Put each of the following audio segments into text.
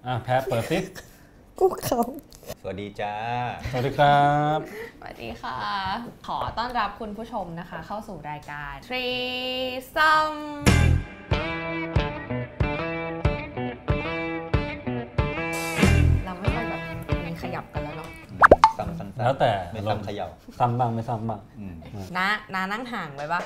แพ้เปิดสิกูเขาสวัสดีจ้าสวัสดีครับสวัสดีค่ะขอต้อนรับคุณผู้ชมนะคะเข้าสู่รายการ Threesome เราไม่ค่อยแบบมีขยับกันแล้วเนาะซ้ำสั้นๆแล้วแต่ไม่ซ้ำเขย่าซ้ำบ้างไม่ซ้ำบ้างน้านั่งห่างไว้ปะ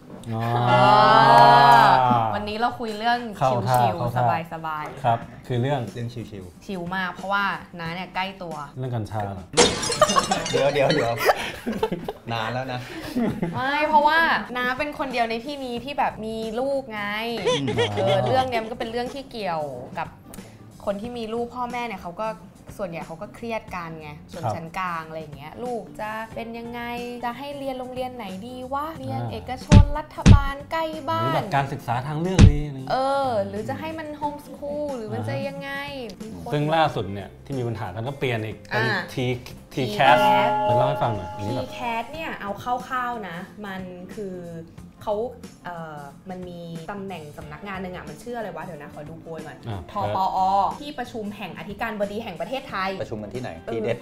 วันนี้เราคุยเรื่องชิลๆสบายๆครับคือเรื่องชิลมากเพราะว่าน้าเนี่ยใกล้ตัวเรื่องกัญชาเหรอเดี๋ยวนานแล้วนะไม่เพราะว่าน้าเป็นคนเดียวในที่นี้ที่แบบมีลูกไงเรื่องเนี้ยมันก็เป็นเรื่องที่เกี่ยวกับคนที่มีลูกพ่อแม่เนี่ยเขาก็ส่วนใหญ่เขาก็เครียดกันไงส่วนชั้นกลางอะไรอย่างเงี้ยลูกจะเป็นยังไงจะให้เรียนโรงเรียนไหนดีวะเรียนเอกชนรัฐบาลใกล้บ้านหรือแบบการศึกษาทางเลือกนี้หรือจะให้มันโฮมสคูลหรือมันจะยังไงซึ่งล่าสุดเนี่ยที่มีปัญหากันก็เปลี่ยนอีกเป็นทีแคสเล่าให้ฟังหน่อยทีแคสเนี่ยเอาคร่าวๆนะมันคือเขามันมีตำแหน่งสำนักงานหนึ่งมันชื่ออะไรวะเดี๋ยวนะขอดูโพยก่อนทปอที่ประชุมแห่งอธิการบดีแห่งประเทศไทยประชุมกันที่ไหนที่เด็ด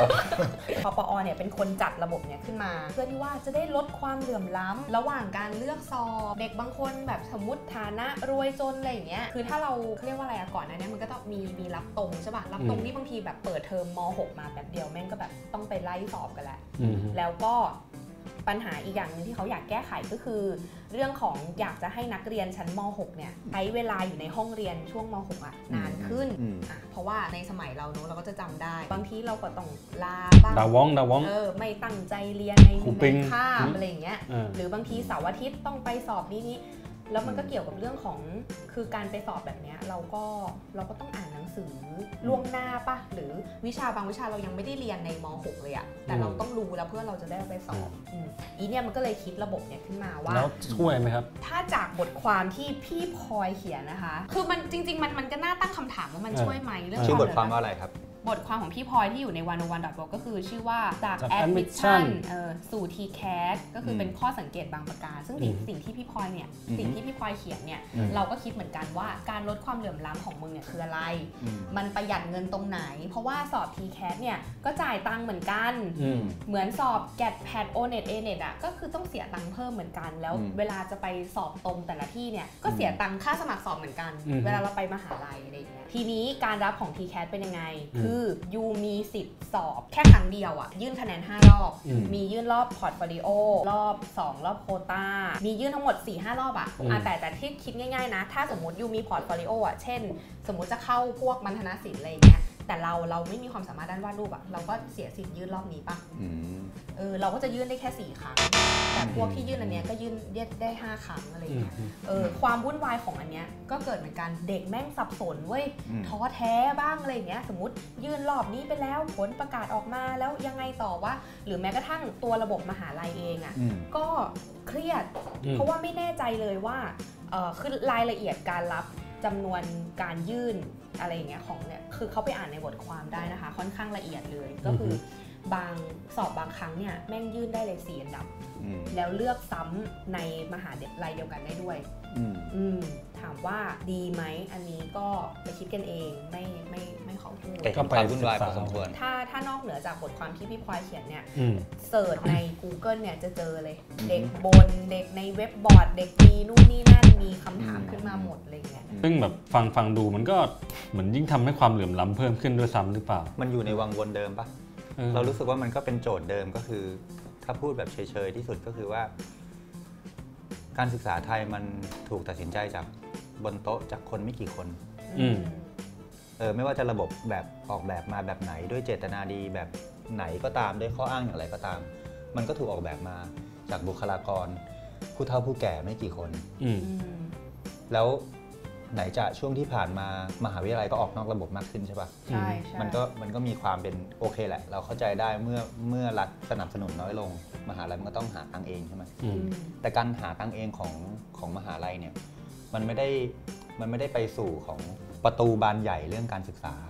99 ทปอเนี่ยเป็นคนจัดระบบเนี่ยขึ้นมาเพื่อที่ว่าจะได้ลดความเหลื่อมล้ำระหว่างการเลือกสอบเด็กบางคนแบบสมมติฐานะรวยจนอะไรอย่างเงี้ยคือถ้าเราเรียกว่าอะไรก่อนนะเนี่ยมันก็ต้องมีรับตรงใช่ป่ะรับตรงนี่บางทีแบบเปิดเทอมม.6 มาแบบเดียวแม่งก็แบบต้องไปไล่สอบกันแล้วก็ปัญหาอีกอย่างนึงที่เขาอยากแก้ไขก็คือเรื่องของอยากจะให้นักเรียนชั้นม.6 เนี่ยใช้เวลาอยู่ในห้องเรียนช่วงม.6 นานขึ้นเพราะว่าในสมัยเราเนอะเราก็จะจำได้บางทีเราก็ต้องลาบ้างดาวองไม่ตั้งใจเรียนในคาบอะไรอย่างเงี้ยหรือบางทีเสาร์อาทิตย์ต้องไปสอบนี้แล้วมันก็เกี่ยวกับเรื่องของคือการไปสอบแบบนี้เราก็ต้องอ่านหนังสือล่วงหน้าป่ะหรือวิชาบางวิชาเรายังไม่ได้เรียนในม.6 เลยอะแต่เราต้องรู้แล้วเพื่อเราจะได้ไปสอบเนี่ยมันก็เลยคิดระบบเนี่ยขึ้นมาว่าแล้วช่วยไหมครับถ้าจากบทความที่พี่พลอยเขียนนะคะคือมันจริงๆมันก็น่าตั้งคำถามว่ามันช่วยไหมเรื่องชื่อบทความว่าอะไรครับบทความของพี่พลอยที่อยู่ใน 101.blog ก็คือชื่อว่าจาก admission สู่ TCAS ก็คือเป็นข้อสังเกตบางประการซึ่งสิ่งที่พี่พลอยเนี่ยสิ่งที่พี่พลอยเขียนเนี่ยเราก็คิดเหมือนกันว่าการลดความเหลื่อมล้ำของมึงเนี่ยคืออะไรมันประหยัดเงินตรงไหนเพราะว่าสอบ TCAS เนี่ยก็จ่ายตังค์เหมือนกันเหมือนสอบ GAT PAT O-NET A-NET อ่ะก็คือต้องเสียตังค์เพิ่มเหมือนกันแล้วเวลาจะไปสอบตรงแต่ละที่เนี่ยก็เสียตังค่าสมัครสอบเหมือนกันเวลาเราไปมหาลัยอะไรอย่างเงี้ยทีนี้การรับของ TCAS เป็นยังไงคือยูมีสิทธิ์สอบแค่ครั้งเดียวยื่นคะแนน5รอบมียื่นรอบพอร์ตโฟลิโอรอบ2รอบโควต้ามียื่นทั้งหมด 4-5 รอบแต่ที่คิดง่ายๆนะถ้าสมมติยูมีพอร์ตโฟลิโอเช่นสมมติจะเข้าพวกมัณฑนศิลป์อะไรอย่างเงี้ยแต่เราไม่มีความสามารถด้านวาดรูปเราก็เสียสิทธิ์ยื่นรอบนี้ป่ะเราก็จะยื่นได้แค่4ครั้งแต่พวกที่ยื่นอันเนี้ยก็ยื่นได้5ครั้งอะไรอย่างเงี้ยความวุ่นวายของอันเนี้ยก็เกิดเหมือนกันเด็กแม่งสับสนเว้ยท้อแท้บ้างอะไรอย่างเงี้ยสมมติยื่นรอบนี้ไปแล้วผลประกาศออกมาแล้วยังไงต่อวะหรือแม้กระทั่งตัวระบบมหาลัยเองก็เครียดเพราะว่าไม่แน่ใจเลยว่าคือรายละเอียดการรับจำนวนการยื่นอะไรอย่างเงี้ยของเนี่ยคือเขาไปอ่านในบทความได้นะคะค่อนข้างละเอียดเลยก็คือบางสอบบางครั้งเนี่ยแม่งยื่นได้เลย4 อันดับแล้วเลือกซ้ำในมหาลัยเดียวกันได้ด้วยถามว่าดีไหมอันนี้ก็ไปคิดกันเองไม่ขอพูดก็ไปวุ่นวายพอสมควรถ้านอกเหนือจากบทความที่พี่พลอยเขียนเนี่ยเสิร์ชใน Google เนี่ยจะเจอเลยเด็กบนเด็กในเว็บบอร์ดเด็กมีนู่นนี่นั่นมีคำถามขึ้นมาหมดอะไรเงี้ยซึ่งแบบฟังดูมันก็เหมือนยิ่งทำให้ความเหลื่อมล้ำเพิ่มขึ้นด้วยซ้ำหรือเปล่ามันอยู่ในวังวนเดิมปะเรารู้สึกว่ามันก็เป็นโจทย์เดิมก็คือถ้าพูดแบบเฉยๆที่สุดก็คือว่าการศึกษาไทยมันถูกตัดสินใจจากบนโต๊ะจากคนไม่กี่คนไม่ว่าจะระบบแบบออกแบบมาแบบไหนด้วยเจตนาดีแบบไหนก็ตามด้วยข้ออ้างอย่างไรก็ตามมันก็ถูกออกแบบมาจากบุคลากรผู้เฒ่าผู้แก่ไม่กี่คนแล้วไหนจะช่วงที่ผ่านมามหาวิทยาลัยก็ออกนอกระบบมากขึ้นใช่ปะใช่มันก็มีความเป็นโอเคแหละเราเข้าใจได้เมื่อรัฐสนับสนุนน้อยลงมหาลัยมันก็ต้องหาตังเองใช่ไหมแต่การหาตังเองของมหาลัยเนี่ยมันไม่ได้ไปสู่ของประตูบานใหญ่เรื่องการศึกษา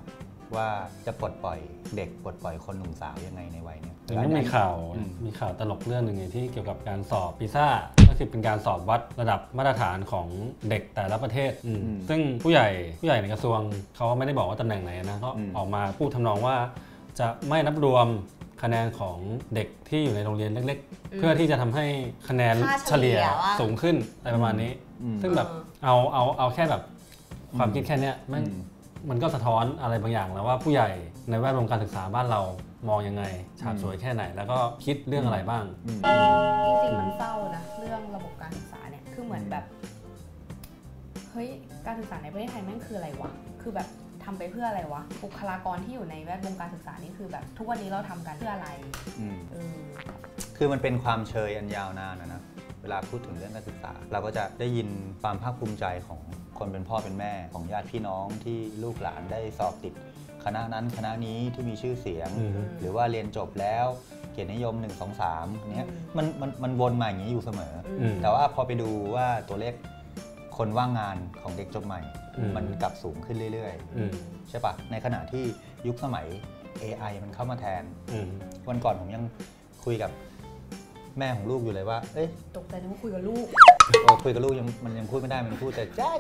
ว่าจะปลดปล่อยเด็กปลดปล่อยคนหนุ่มสาวยังไงในวัยเนี้ยแต่ก็มีข่าวตลกเรื่องหนึ่งที่เกี่ยวกับการสอบปีซ่าก็คือเป็นการสอบวัดระดับมาตรฐานของเด็กแต่ละประเทศซึ่งผู้ใหญ่ในกระทรวงเขาไม่ได้บอกว่าตำแหน่งไหนนะก็ออกมาพูดทำนองว่าจะไม่นับรวมคะแนนของเด็กที่อยู่ในโรงเรียนเล็กๆเพื่อที่จะทำให้คะแนนเฉลี่ยสูงขึ้นอะไรประมาณนี้ซึ่งแบบเอาแค่แบบความคิดแค่นี้มันก็สะท้อนอะไรบางอย่างแล้วว่าผู้ใหญ่ในแวดวงการศึกษาบ้านเรามองยังไงฉาบฉวยแค่ไหนแล้วก็คิดเรื่องอะไรบ้างจริงๆมันเศร้านะเรื่องระบบการศึกษาเนี่ยคือเหมือนแบบเฮ้ยการศึกษาในประเทศไทยแม่งคืออะไรวะคือแบบทำไปเพื่ออะไรวะบุคลากรที่อยู่ในแวดวงการศึกษานี่คือแบบทุกวันนี้เราทำกันเพื่ออะไรคือมันเป็นความเชยอันยาวนานนะเวลาพูดถึงเรื่องการศึกษาเราก็จะได้ยินความภาคภูมิใจของคนเป็นพ่อเป็นแม่ของญาติพี่น้องที่ลูกหลานได้สอบติดคณะนั้นคณะนี้ที่มีชื่อเสียงหรือว่าเรียนจบแล้วเกียรตินิยม1 2 3เนี้ยมันวนมาอย่างนี้อยู่เสมอแต่ว่าพอไปดูว่าตัวเลขคนว่างงานของเด็กจบใหม่มันกลับสูงขึ้นเรื่อยๆใช่ปะในขณะที่ยุคสมัย AI มันเข้ามาแทนวันก่อนผมยังคุยกับแม่ของลูกอยู่เลยว่าเอ้ยตกใจนึกว่าคุยกับลูกคุยกับลูกมันยังพูดไม่ได้มันพูดแต่จ้า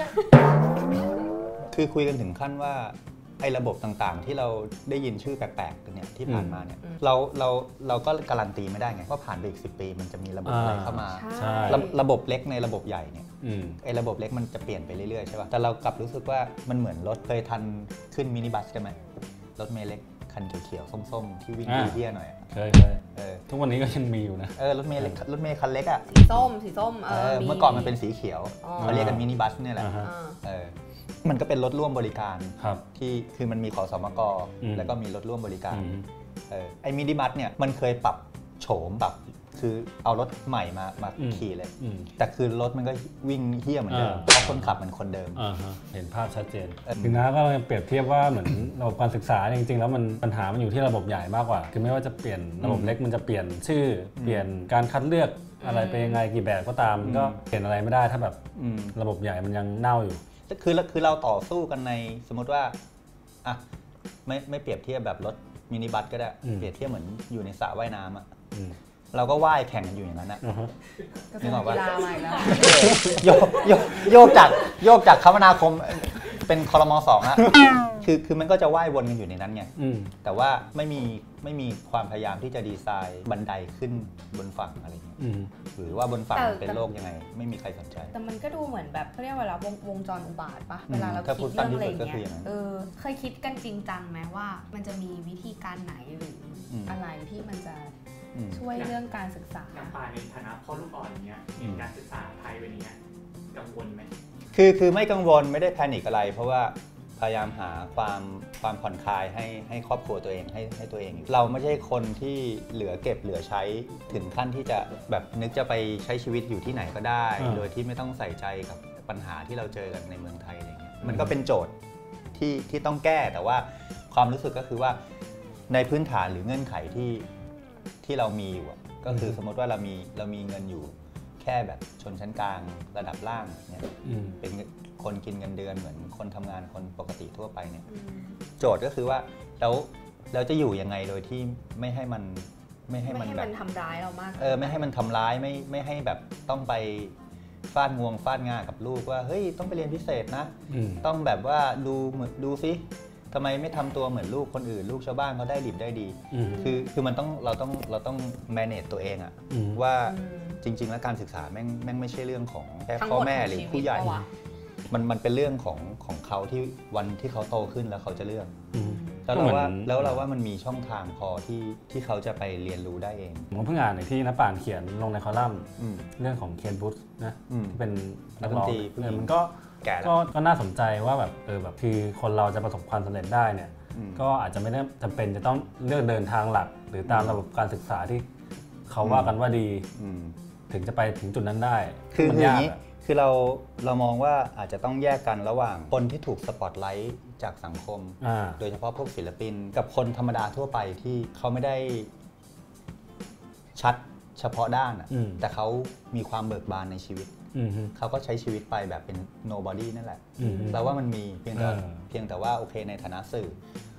คือคุยกันถึงขั้นว่าไอ้ระบบต่างๆที่เราได้ยินชื่อแปลกๆกันเนี่ยที่ผ่านมาเนี่ยเราก็การันตีไม่ได้ไงว่าผ่านไปอีก10 ปีมันจะมีระบบอะไรเข้ามาระบบเล็กในระบบใหญ่เนี่ยไอ้ระบบเล็กมันจะเปลี่ยนไปเรื่อยๆใช่ป่ะแต่เรากลับรู้สึกว่ามันเหมือนรถเคยทันขึ้นมินิบัสกันไหมรถเมล์เล็กคันเขียวๆส้มๆที่วิ่งเที่ยหน่อยเคยทุกวันนี้ก็ยังมีอยู่นะรถเมล์เล็กรถเมล์คันเล็กอ่ะสีส้มเมื่อก่อนมันเป็นสีเขียวเขาเรียกกันมินิบัสเนี่ยแหละมันก็เป็นรถร่วมบริการที่คือมันมีขสมกแล้วก็มีรถร่วมบริการไอ้มินิบัสเนี่ยมันเคยปรับโฉมแบบคือเอารถใหม่มาขี่เลยแต่คือรถมันก็วิ่งเหี้ยเหมือนเดิมเพราะคนขับมันคนเดิมเห็นภาพชัดเจนคือน้าก็เปรียบเทียบว่าเหมือนระบบการศึกษาจริงๆแล้วมันปัญหามันอยู่ที่ระบบใหญ่มากกว่าคือไม่ว่าจะเปลี่ยนระบบเล็กมันจะเปลี่ยนชื่อเปลี่ยนการคัดเลือกอะไรไปยังไงกี่แบบก็ตามก็เปลี่ยนอะไรไม่ได้ถ้าแบบระบบใหญ่มันยังเน่าอยู่คือเราต่อสู้กันในสมมติว่าอ่ะไม่เปรียบเทียบแบบรถมินิบัสก็ได้เปรียบเทียบเหมือนอยู่ในสระว่ายน้ำอ่ะเราก็ว่ายแข่งกันอยู่อย่างนั้นนะนึกออกปะกีฬาใหม่แล้วโยกจากคมนาคมเป็นครม.2อะคือมันก็จะว่ายวนกันอยู่ในนั้นไงแต่ว่าไม่มีความพยายามที่จะดีไซน์บันไดขึ้นบนฝั่งอะไรเงี้ยหรือว่าบนฝั่งเป็นโลกยังไงไม่มีใครสนใจแต่มันก็ดูเหมือนแบบเขาเรียกว่าแล้ววงจรอุบาทปะเวลาเราคิดเรื่องอะไรเงี้ยเคยคิดกันจริงจังไหมว่ามันจะมีวิธีการไหนหรืออะไรที่มันจะช่วยเรื่องการศึกษาป่าในฐานะพ่อลูกอ่อนเนี้ยเห็นการศึกษาไทยเป็นอย่างเงี้ยกังวลไหมคือไม่กังวลไม่ได้แพนิคอะไรเพราะว่าพยายามหาความผ่อนคลายให้ครอบครัวตัวเองให้ตัวเองเราไม่ใช่คนที่เหลือเก็บเหลือใช้ถึงขั้นที่จะแบบนึกจะไปใช้ชีวิตอยู่ที่ไหนก็ได้โดยที่ไม่ต้องใส่ใจกับปัญหาที่เราเจอกันในเมืองไทยอะไรเงี้ยมันก็เป็นโจทย์ที่ต้องแก้แต่ว่าความรู้สึกก็คือว่าในพื้นฐานหรือเงื่อนไขที่เรามีอยู่ก็คือสมมติว่าเรามีเงินอยู่แค่แบบชนชั้นกลางระดับล่างเนี่ยเป็นคนกินเงินเดือนเหมือนคนทำงานคนปกติทั่วไปเนี่ยโจทย์ก็คือว่าเราจะอยู่ยังไงโดยที่ไม่ให้มันแบบทำร้ายเรามากไม่ให้มันทำร้ายไม่ให้แบบต้องไปฟาดงวงฟาดงากับลูกว่าเฮ้ยต้องไปเรียนพิเศษนะต้องแบบว่าดูซิทำไมไม่ทำตัวเหมือนลูกคนอื่นลูกชาวบ้านเขาได้ดิบได้ดีคือมันต้องเราต้อง manage ตัวเองอะว่าจริงๆแล้วการศึกษาแม่งไม่ใช่เรื่องของแค่พ่อแม่หรือผู้ใหญ่มันเป็นเรื่องของเขาที่วันที่เขาโตขึ้นแล้วเขาจะเลือกแล้วเราว่ามันมีช่องทางพอที่เขาจะไปเรียนรู้ได้เองผมเพิ่งอ่านที่น้าป่านเขียนลงในคอลัมน์เรื่องของเคนบูธนะที่เป็นนักร้องมันก็น่าสนใจว่าแบบแบบคือคนเราจะประสบความสำเร็จได้เนี่ยก็อาจจะไม่ได้จำเป็นจะต้องเลือกเดินทางหลักหรือตามระบบการศึกษาที่เขาว่ากันว่าดีถึงจะไปถึงจุดนั้นได้คืออย่างนี้คือเรามองว่าอาจจะต้องแยกกันระหว่างคนที่ถูกสปอตไลท์จากสังคมโดยเฉพาะพวกศิลปินกับคนธรรมดาทั่วไปที่เขาไม่ได้ชัดเฉพาะด้านแต่เขามีความเบิกบานในชีวิตเขาก็ใช้ชีวิตไปแบบเป็น nobody นั่นแหละเราว่ามันมีเพียงแต่ว่าโอเคในฐานะสื่อ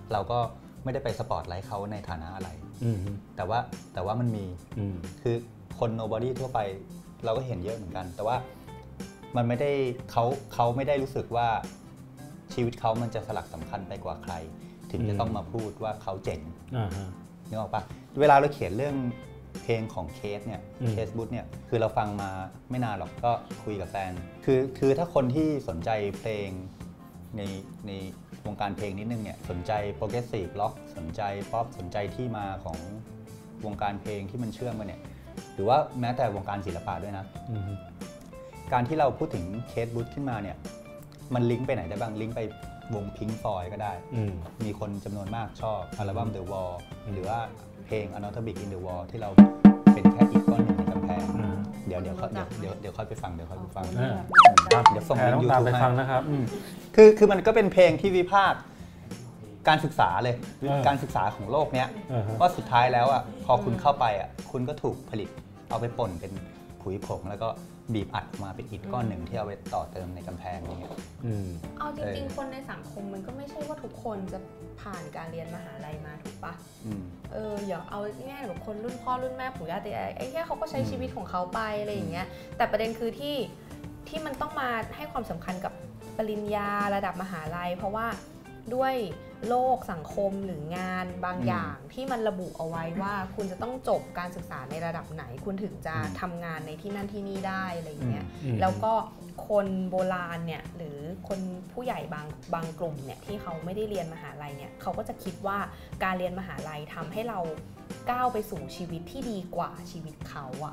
เราก็ไม่ได้ไปสปอร์ตไลท์เขาในฐานะอะไร แต่ว่ามันมีคือคน nobody ทั่วไปเราก็เห็นเยอะเหมือนกันแต่ว่ามันไม่ได้เขาไม่ได้รู้สึกว่าชีวิตเขามันจะสลักสำคัญไปกว่าใครถึงจะต้องมาพูดว่าเขาเจ๋งนึกออกปะเวลาเราเขียนเรื่องเพลงของเคสเนี่ยเคสบุ๊ทเนี่ยคือเราฟังมาไม่นานหรอกก็คุยกับแฟนคือถ้าคนที่สนใจเพลงในวงการเพลงนิดนึงเนี่ยสนใจโปรเกรสซีฟร็อกสนใจป๊อปสนใจที่มาของวงการเพลงที่มันเชื่อมกันเนี่ยหรือว่าแม้แต่วงการศิลปะด้วยนะการที่เราพูดถึงเคสบุ๊ทขึ้นมาเนี่ยมันลิงก์ไปไหนได้บ้างลิงก์ไปวง Pink Floyd ก็ได้มีคนจำนวนมากชอบอัลบั้ม The Wall หรือว่าเพลง Anatomic in the Wall ที่เราเป็นแค่อีกก้อนหนึ่งในกำแพงเดี๋ยวค่อยไปฟังเดี๋ยวส่งลิงก์ YouTube ให้นะครับคือมันก็เป็นเพลงที่วิพากษ์การศึกษาเลยการศึกษาของโลกเนี้ยว่าสุดท้ายแล้วอ่ะพอคุณเข้าไปอ่ะคุณก็ถูกผลิตเอาไปป่นเป็นผุยผงแล้วก็บีบอัดออกมาเป็นอิฐก้อนหนึ่งที่เอาไปต่อเติมในกำแพงอย่างเงี้ยเอาจริงๆคนในสังคมมันก็ไม่ใช่ว่าทุกคนจะผ่านการเรียนมหาลัยมาถูกปะอย่าเอาง่ายแบบคนรุ่นพ่อรุ่นแม่ปู่ย่าตายายไอ้แค่เขาก็ใช้ชีวิตของเขาไปอะไรอย่างเงี้ยแต่ประเด็นคือที่มันต้องมาให้ความสำคัญกับปริญญาระดับมหาลัยเพราะว่าด้วยโลกสังคมหรืองานบางอย่างที่มันระบุเอาไว้ว่าคุณจะต้องจบการศึกษาในระดับไหนคุณถึงจะทำงานในที่นั่นที่นี่ได้อะไรอย่างเงี้ยแล้วก็คนโบราณเนี่ยหรือคนผู้ใหญ่บางกลุ่มเนี่ยที่เขาไม่ได้เรียนมหาลัยเนี่ยเขาก็จะคิดว่าการเรียนมหาลัยทำให้เราก้าวไปสู่ชีวิตที่ดีกว่าชีวิตเขาอ่ะ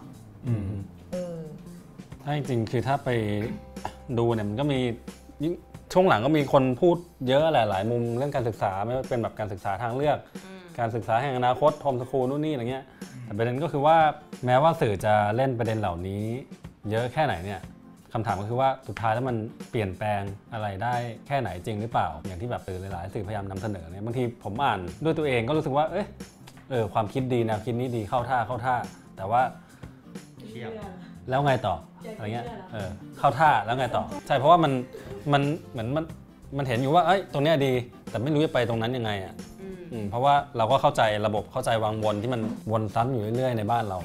ถ้าจริงๆคือถ้าไปดูเนี่ยมันก็มีช่วงหลังก็มีคนพูดเยอะหลายมุมเรื่องการศึกษาไม่ว่าเป็นแบบการศึกษาทางเลือกการศึกษาแห่งอนาคตโฮมสคูลนู่นนี่อะไรเงี้ยแต่ประเด็นก็คือว่าแม้ว่าสื่อจะเล่นประเด็นเหล่านี้เยอะแค่ไหนเนี่ยคำถามก็คือว่าสุดท้ายแล้วมันเปลี่ยนแปลงอะไรได้แค่ไหนจริงหรือเปล่าอย่างที่แบบหลายๆสื่อพยายามนำเสนอเนี่ยบางทีผมอ่านด้วยตัวเองก็รู้สึกว่าความคิดดีแนวคิดนี้ดีเข้าท่าแต่ว่าแล้วไงต่ออะไรเงี้ยเข้าท่าแล้วไงต่อใช่เพราะว่ามันเหมือนมันเห็นอยู่ว่าตรงเนี้ยดีแต่ไม่รู้จะไปตรงนั้นยังไงอ่ะเพราะว่าเราก็เข้าใจระบบเข้าใจวางวนที่มันวนซ้ำอยู่เรื่อยๆในบ้านเรา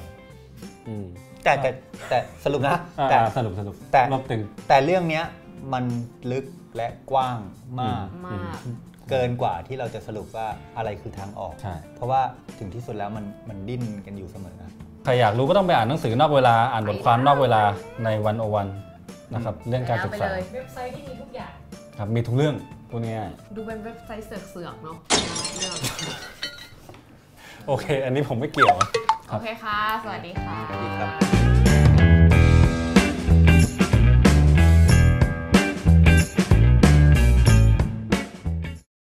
แต่สรุปนะแต่สรุปแต่รวบตึงแต่เรื่องเนี้ยมันลึกและกว้างมากเกินกว่าที่เราจะสรุปว่าอะไรคือทางออกเพราะว่าถึงที่สุดแล้วมันดิ้นกันอยู่เสมอใครอยากรู้ก็ต้องไปอ่านหนังสือนอกเวลาอ่านบทความนอกเวลาใน101นะครับเรื่องการศึกษาเว็บไซต์ที่มีทุกอย่างครับมีทุกเรื่องพูดง่ายๆดูเป็นเว็บไซต์เสือกๆเนาะโอเคอันนี้ผมไม่เกี่ยวโอเคค่ะสวัสดีค่ะสวัสดีครับ